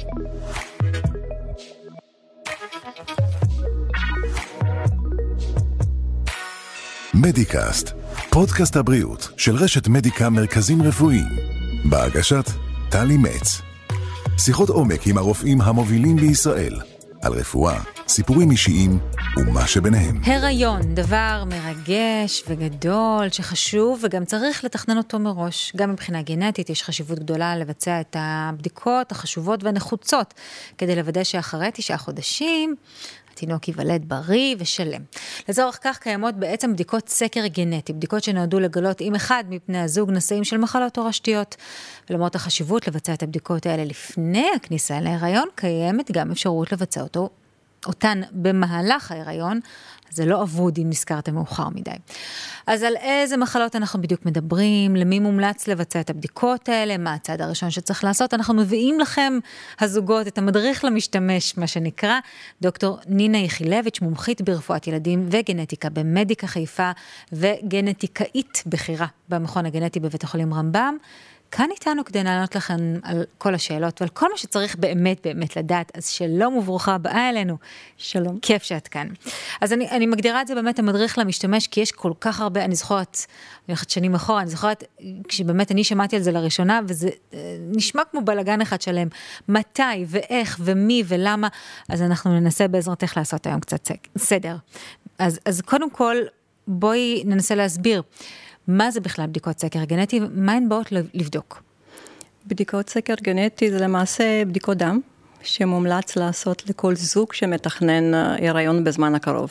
מדיקאסט, פודקאסט הבריאות של רשת מדיקה מרכזים רפואיים, בהגשת טלי מצ. שיחות עומק עם הרופאים המובילים בישראל, על רפואה, סיפורים אישיים ומה שביניהם. הריון, דבר מרגש וגדול שחשוב וגם צריך לתכנן אותו מראש. גם מבחינה גנטית יש חשיבות גדולה לבצע את הבדיקות החשובות והנחוצות, כדי לוודא שאחרי 9 חודשים התינוק ייוולד בריא ושלם. לצורך כך קיימות בעצם בדיקות סקר גנטי, בדיקות שנועדו לגלות אם אחד מפני הזוג נשאים של מחלות תורשתיות. ולמרות החשיבות לבצע את הבדיקות האלה לפני הכניסה להיריון, קיימת גם אפשרות לבצע אותן במהלך ההיריון. זה לא אבוד אם נזכרתם מאוחר מדי. אז על איזה מחלות אנחנו בדיוק מדברים, למי מומלץ לבצע את הבדיקות האלה, מה הצעד הראשון שצריך לעשות, אנחנו מביאים לכם הזוגות את המדריך למשתמש, מה שנקרא, דוקטור נינה יחילביץ', מומחית ברפואת ילדים וגנטיקה במדיקה חיפה, וגנטיקאית בחירה במכון הגנטי בבית החולים רמב"ם, כאן איתנו כדי לענות לכם על כל השאלות ועל כל מה שצריך באמת לדעת. אז שלום וברוכה הבאה אלינו. שלום. כיף שאת כאן. אז אני מגדירה את זה באמת המדריך למשתמש, כי יש כל כך הרבה, אני זוכרת, שנים אחורה, אני זוכרת כשבאמת אני שמעתי על זה לראשונה, וזה נשמע כמו בלגן אחד שלם, מתי ואיך ומי ולמה, אז אנחנו ננסה בעזרתך לעשות היום קצת סדר. אז קודם כל, בואי ננסה להסביר. מה זה בכלל בדיקות סקר גנטי? מה הן באות לבדוק? בדיקות סקר גנטי זה למעשה בדיקות דם, שמומלץ לעשות לכל זוג שמתכנן הריון בזמן הקרוב.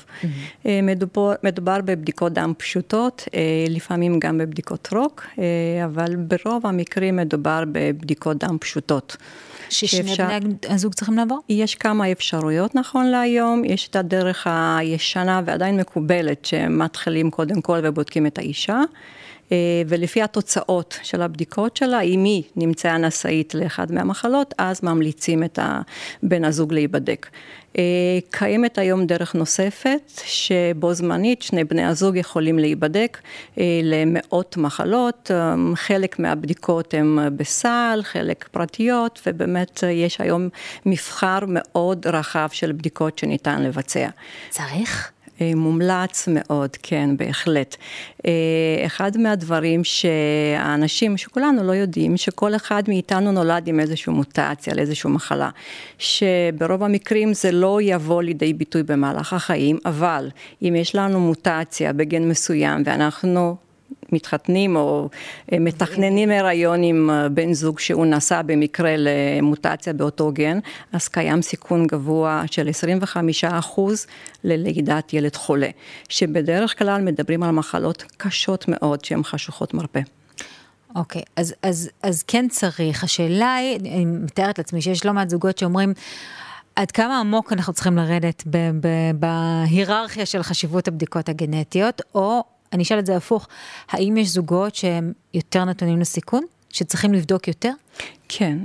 מדובר בבדיקות דם פשוטות, לפעמים גם בבדיקות רוק, אבל ברוב המקרים מדובר בבדיקות דם פשוטות. ששני בני הזוג צריכים לעבור? יש כמה אפשרויות נכון להיום, יש את הדרך הישנה ועדיין מקובלת שמתחילים קודם כל ובודקים את האישה, ולפי התוצאות של הבדיקות שלה, אם היא נמצאה נשאית לאחד מהמחלות, אז ממליצים את בן הזוג להיבדק. קיימת היום דרך נוספת, שבו זמנית שני בני הזוג יכולים להיבדק למאות מחלות, חלק מהבדיקות הם בסל, חלק פרטיות, ובאמת יש היום מבחר מאוד רחב של בדיקות שניתן לבצע. צריך? מומלץ מאוד, כן, בהחלט. אחד מהדברים שהאנשים, שכולנו לא יודעים, שכל אחד מאיתנו נולד עם איזושהי מוטציה, לאיזושהי מחלה, שברוב המקרים זה לא יבוא לידי ביטוי במהלך החיים, אבל אם יש לנו מוטציה בגן מסוים, ואנחנו מתחתנים או מתכננים הריון עם בן זוג שהוא נשא במקרה למוטציה באותו גן, אז קיים סיכון גבוה של 25% ללידת ילד חולה, שבדרך כלל מדברים על מחלות קשות מאוד שהן חשוכות מרפא. אוקיי, אז כן צריך. השאלה היא, אני מתארת לעצמי שיש לא מעט זוגות שאומרים, עד כמה עמוק אנחנו צריכים לרדת בהיררכיה של חשיבות הבדיקות הגנטיות, או אני אשאל את זה הפוך, האם יש זוגות שהם יותר נתונים לסיכון, שצריכים לבדוק יותר? כן,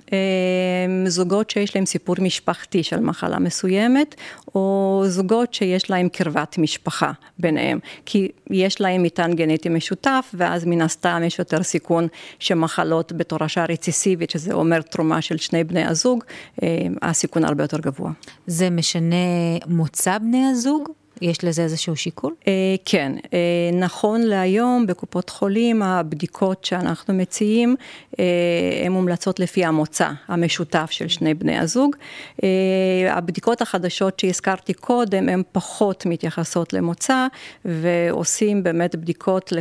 זוגות שיש להם סיפור משפחתי של מחלה מסוימת, או זוגות שיש להם קרבת משפחה ביניהם, כי יש להם מטען גנטי משותף, ואז מן הסתם יש יותר סיכון שמחלות בתורשה רציסיבית, שזה אומר תרומה של שני בני הזוג, הסיכון הרבה יותר גבוה. זה משנה מוצא בני הזוג? יש לזה איזשהו שיקול? כן, נכון להיום בקופות חולים הבדיקות שאנחנו מציעים הן מומלצות לפי המוצא המשותף של שני בני הזוג. הבדיקות החדשות שהזכרתי קודם הן פחות מתייחסות למוצא ועושים באמת בדיקות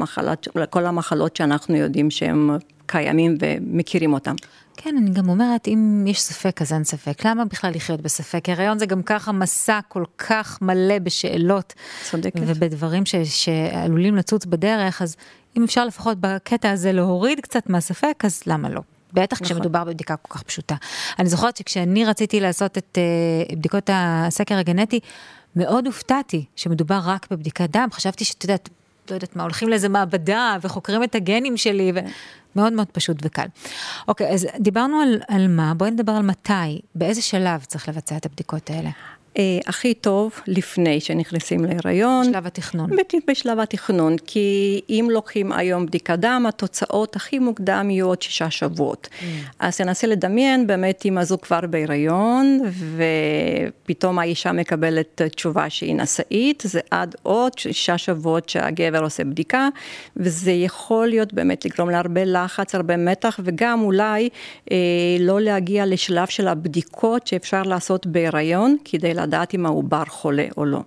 לכל המחלות שאנחנו יודעים שהן קיימים ומכירים אותם. כן, אני גם אומרת, אם יש ספק, אז אין ספק. למה בכלל לחיות בספק? הריון זה גם ככה מסע כל כך מלא בשאלות. צודקת. ובדברים שעלולים לצוץ בדרך, אז אם אפשר לפחות בקטע הזה להוריד קצת מהספק, אז למה לא? בטח כשמדובר בבדיקה כל כך פשוטה. אני זוכרת שכשאני רציתי לעשות את בדיקות הסקר הגנטי, מאוד הופתעתי שמדובר רק בבדיקת דם. חשבתי לא יודעת מה, הולכים לאיזה מעבדה וחוקרים את הגנים שלי, מאוד מאוד פשוט וקל. אוקיי, אז דיברנו על מה, בואי נדבר על מתי, באיזה שלב צריך לבצע את הבדיקות האלה. הכי טוב לפני שנכנסים להיריון. בשלב התכנון. בשלב התכנון, כי אם לוקחים היום בדיקת דם, התוצאות הכי מוקדם יהיו עוד 6 שבועות. אז ננסה לדמיין, באמת אם הזוג כבר בהיריון, ופתאום האישה מקבלת תשובה שהיא נשאית, זה עד עוד 6 שבועות שהגבר עושה בדיקה, וזה יכול להיות באמת לגרום להרבה לחץ, הרבה מתח, וגם אולי לא להגיע לשלב של הבדיקות שאפשר לעשות בהיריון, כדי לדעת אם העובר חולה או לא.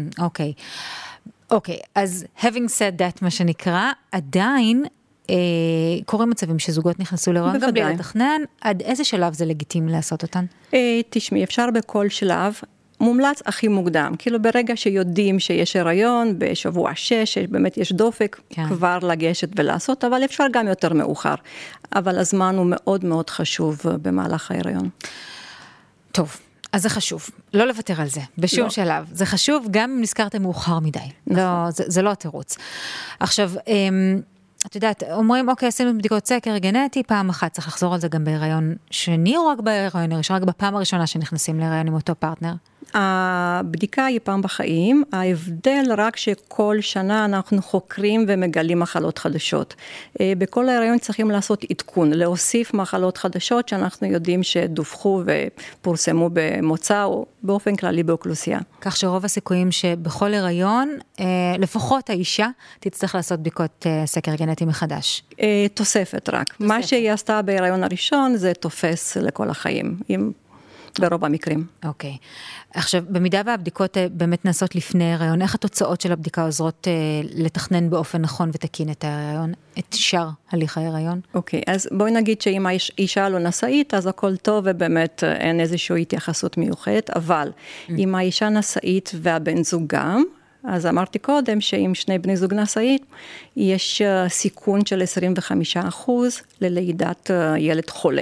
אוקיי, אז having said that, מה שנקרא, עדיין קוראים מצבים שזוגות נכנסו להיריון, גם בלי לתכנן, עד איזה שלב זה לגיטימי לעשות אותן? תשמעי, אפשר בכל שלב, מומלץ הכי מוקדם, כאילו ברגע שיודעים שיש הריון, בשבוע 6, באמת יש דופק, כבר לגשת ולעשות, אבל אפשר גם יותר מאוחר, אבל הזמן הוא מאוד מאוד חשוב במהלך ההיריון. טוב. אז זה חשוב, לא לוותר על זה, בשום שלב. זה חשוב גם אם נזכרתם מאוחר מדי. לא, זה לא התירוץ. עכשיו, את יודעת, אומרים, אוקיי, עשינו בדיקות סקר גנטי, פעם אחת, צריך לחזור על זה גם בהיריון שני, או רק בהיריון הראשון, רק בפעם הראשונה שנכנסים להיריון עם אותו פרטנר? הבדיקה היא פעם בחיים, ההבדל רק שכל שנה אנחנו חוקרים ומגלים מחלות חדשות. בכל ההיריון צריכים לעשות עדכון, להוסיף מחלות חדשות שאנחנו יודעים שדווחו ופורסמו במוצא או באופן כללי באוכלוסייה. כך שרוב הסיכויים שבכל הריון, לפחות האישה תצטרך לעשות בדיקות סקר גנטי מחדש. תוספת רק. מה שהיא עשתה בהיריון הראשון זה תופס לכל החיים, ברוב המקרים. אוקיי. עכשיו, במידה והבדיקות באמת נעשות לפני הריון, איך התוצאות של הבדיקה עוזרות לתכנן באופן נכון ותקין את ההיריון, את שאר הליך ההיריון? אוקיי, אז בואי נגיד שאם האישה לא נשאית, אז הכל טוב ובאמת אין איזושהי התייחסות מיוחדת, אבל אם האישה נשאית והבן זוג גם, אז אמרתי קודם שאם שני בני זוג נשאית, יש סיכון של 25% ללידת ילד חולה.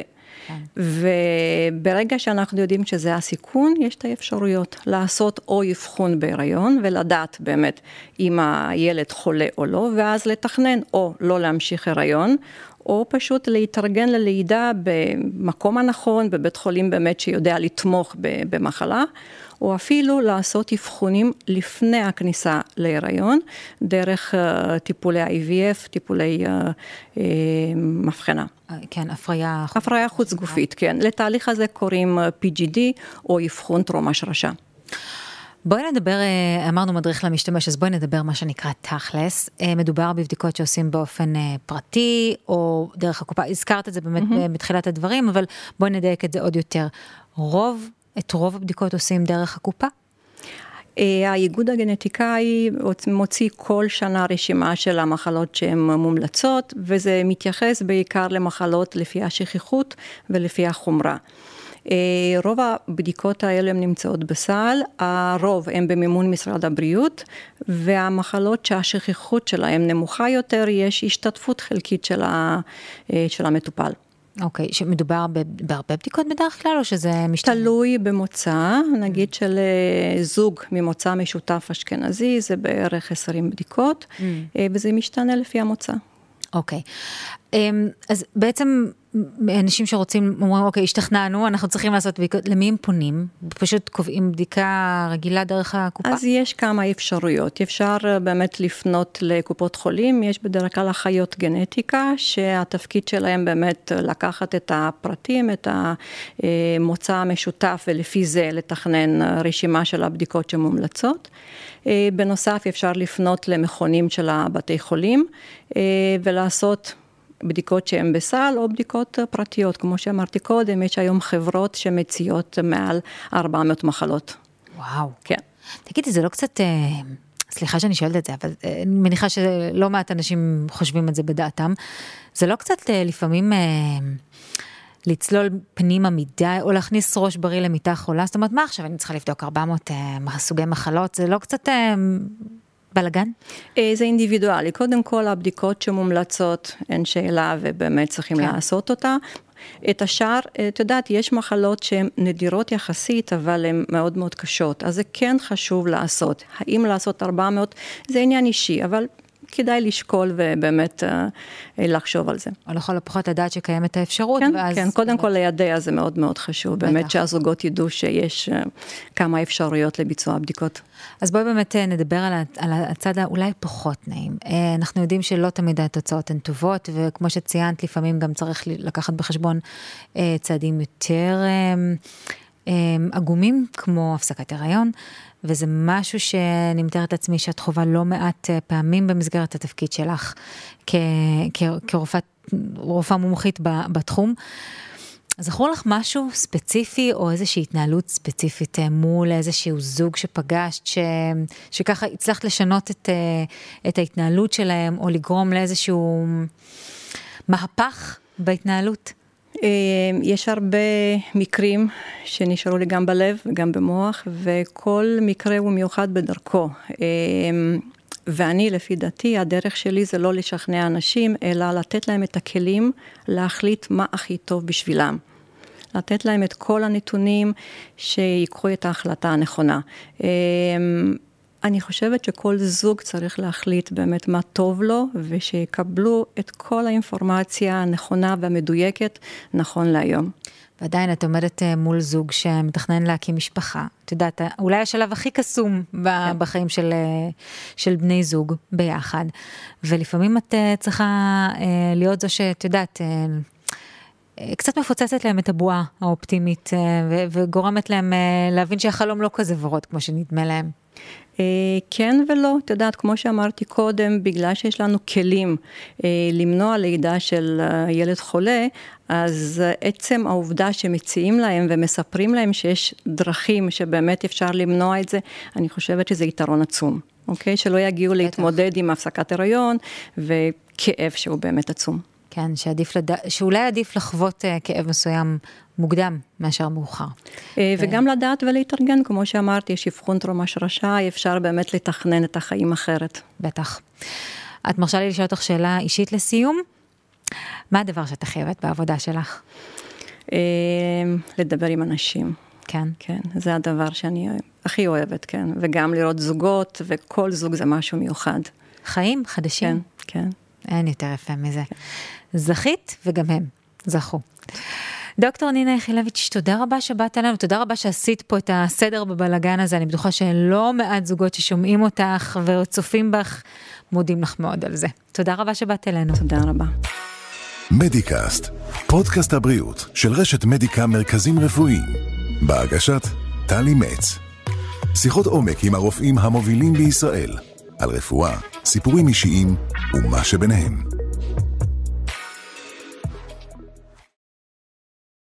וברגע שאנחנו יודעים שזה הסיכון, יש את האפשרויות לעשות או אבחון בהיריון, ולדעת באמת אם הילד חולה או לא, ואז לתכנן או לא להמשיך הריון, או פשוט להתארגן ללידה במקום הנכון, בבית חולים באמת שיודע לתמוך במחלה, או אפילו לעשות אבחונים לפני הכניסה להיריון, דרך טיפולי IVF, טיפולי מבחנה. כן, הפריה חוץ גופית, כן. לתהליך הזה קוראים PGD, או אבחון טרום השרשה. בואי נדבר, אמרנו מדריך למשתמש, אז בואי נדבר מה שנקרא תכלס. מדובר בבדיקות שעושים באופן פרטי, או דרך הקופה. הזכרת את זה באמת בתחילת הדברים, אבל בואי נדייק את זה עוד יותר. את רוב הבדיקות עושים דרך הקופה? האיגוד הגנטיקאי מוציא כל שנה רשימה של המחלות שהן מומלצות, וזה מתייחס בעיקר למחלות לפי השכיחות ולפי החומרה. רוב הבדיקות האלה הן נמצאות בסל, הרוב הן במימון משרד הבריאות, והמחלות שהשכיחות שלהן נמוכה יותר, יש השתתפות חלקית של המטופל. אוקיי, שמדובר בהרבה בדיקות בדרך כלל, או שזה משתנה? תלוי במוצא, נגיד של זוג ממוצא משותף אשכנזי, זה בערך 20 בדיקות, וזה משתנה לפי המוצא. אוקיי, אז בעצם אנשים שרוצים, אומרים, אוקיי, השתכנענו, אנחנו צריכים לעשות בדיקות, למי הם פונים? פשוט קובעים בדיקה רגילה דרך הקופה? אז יש כמה אפשרויות, אפשר באמת לפנות לקופות חולים, יש בדרך כלל אחיות גנטיקה, שהתפקיד שלהם באמת לקחת את הפרטים, את המוצא המשותף, ולפי זה לתכנן רשימה של הבדיקות שמומלצות. בנוסף אפשר לפנות למכונים של הבתי חולים, ולעשות בדיקות שהן בסל או בדיקות פרטיות. כמו שאמרתי קודם, יש היום חברות שמציעות מעל 400 מחלות. וואו. כן. תגידי, זה לא קצת, סליחה שאני שואלת את זה, אבל אני מניחה שלא מעט אנשים חושבים את זה בדעתם. זה לא קצת לפעמים לצלול פנימה מדי, או להכניס ראש בריא למיטה חולה? זאת אומרת, מה עכשיו אני צריכה לבדוק 400 סוגי מחלות? זה לא קצת בלגן? זה אינדיבידואלי. קודם כל, הבדיקות שמומלצות אין שאלה, ובאמת צריכים לעשות אותה. את השאר, את יודעת, יש מחלות שהן נדירות יחסית, אבל הן מאוד מאוד קשות. אז זה כן חשוב לעשות. האם לעשות 400? זה עניין אישי, אבל כדאי לשקול ובאמת לחשוב על זה. או לכל הפחות לדעת שקיימת האפשרות. כן, כן, קודם כל לידע זה מאוד מאוד חשוב, באמת שהזוגות ידעו שיש כמה אפשרויות לביצוע הבדיקות. אז בואי באמת נדבר על הצד אולי פחות נעים. אנחנו יודעים שלא תמיד התוצאות הן טובות, וכמו שציינת, לפעמים גם צריך לקחת בחשבון צעדים יותר עגומים, כמו הפסקת הריון, וזה משהו שאני מתארת לעצמי שאת חובה לא מעט פעמים במסגרת התפקיד שלך, כרופאה מומחית בתחום. זכור לך משהו ספציפי, או איזושהי התנהלות ספציפית מול איזשהו זוג שפגשת, שככה הצלחת לשנות את ההתנהלות שלהם, או לגרום לאיזשהו מהפך בהתנהלות? יש הרבה מקרים שנשארו לי גם בלב וגם במוח, וכל מקרה הוא מיוחד בדרכו. ואני, לפי דעתי, הדרך שלי זה לא לשכנע אנשים, אלא לתת להם את הכלים להחליט מה הכי טוב בשבילם. לתת להם את כל הנתונים שיקחו את ההחלטה הנכונה. אני חושבת שכל זוג צריך להחליט באמת מה טוב לו, ושיקבלו את כל האינפורמציה הנכונה והמדויקת נכון להיום. ועדיין את עומדת מול זוג שמתכנן להקים משפחה. את יודעת, אולי השלב הכי קסום בחיים של בני זוג ביחד. ולפעמים את צריכה להיות זו שאת יודעת, קצת מפוצצת להם את הבועה האופטימית, וגורמת להם להבין שהחלום לא כזה ורוד כמו שנדמה להם. כן ולא, את יודעת, כמו שאמרתי קודם, בגלל שיש לנו כלים למנוע לידה של ילד חולה, אז עצם העובדה שמציעים להם ומספרים להם שיש דרכים שבאמת אפשר למנוע את זה, אני חושבת שזה יתרון עצום, אוקיי? שלא יגיעו להתמודד עם הפסקת הריון וכאב שהוא באמת עצום. כן, שאולי עדיף לחוות כאב מסוים מוקדם מאשר מאוחר. וגם לדעת ולהתארגן, כמו שאמרתי, יש אבחון טרום השרשה, אפשר באמת לתכנן את החיים אחרת. בטח. את מרשה לי לשאול אותך שאלה אישית לסיום? מה הדבר שאת חייבת בעבודה שלך? לדבר עם אנשים. כן. כן, זה הדבר שאני הכי אוהבת, כן. וגם לראות זוגות, וכל זוג זה משהו מיוחד. חיים חדשים. כן, כן. אין יותר יפה מזה. זכית וגם הם זכו. דוקטור נינה יחילביץ', תודה רבה שבאת אלינו, תודה רבה שעשית פה את הסדר בבלגן הזה, אני בטוחה שלא מעט זוגות ששומעים אותך וצופים בך, מודים לך מאוד על זה. תודה רבה שבאת אלינו. תודה רבה. מדיקאסט, פודקאסט הבריאות של רשת מדיקה מרכזים רפואיים, בהגשת טלי מצ. שיחות עומק עם הרופאים המובילים בישראל, על רפואה, סיפורים אישיים ומה שביניהם.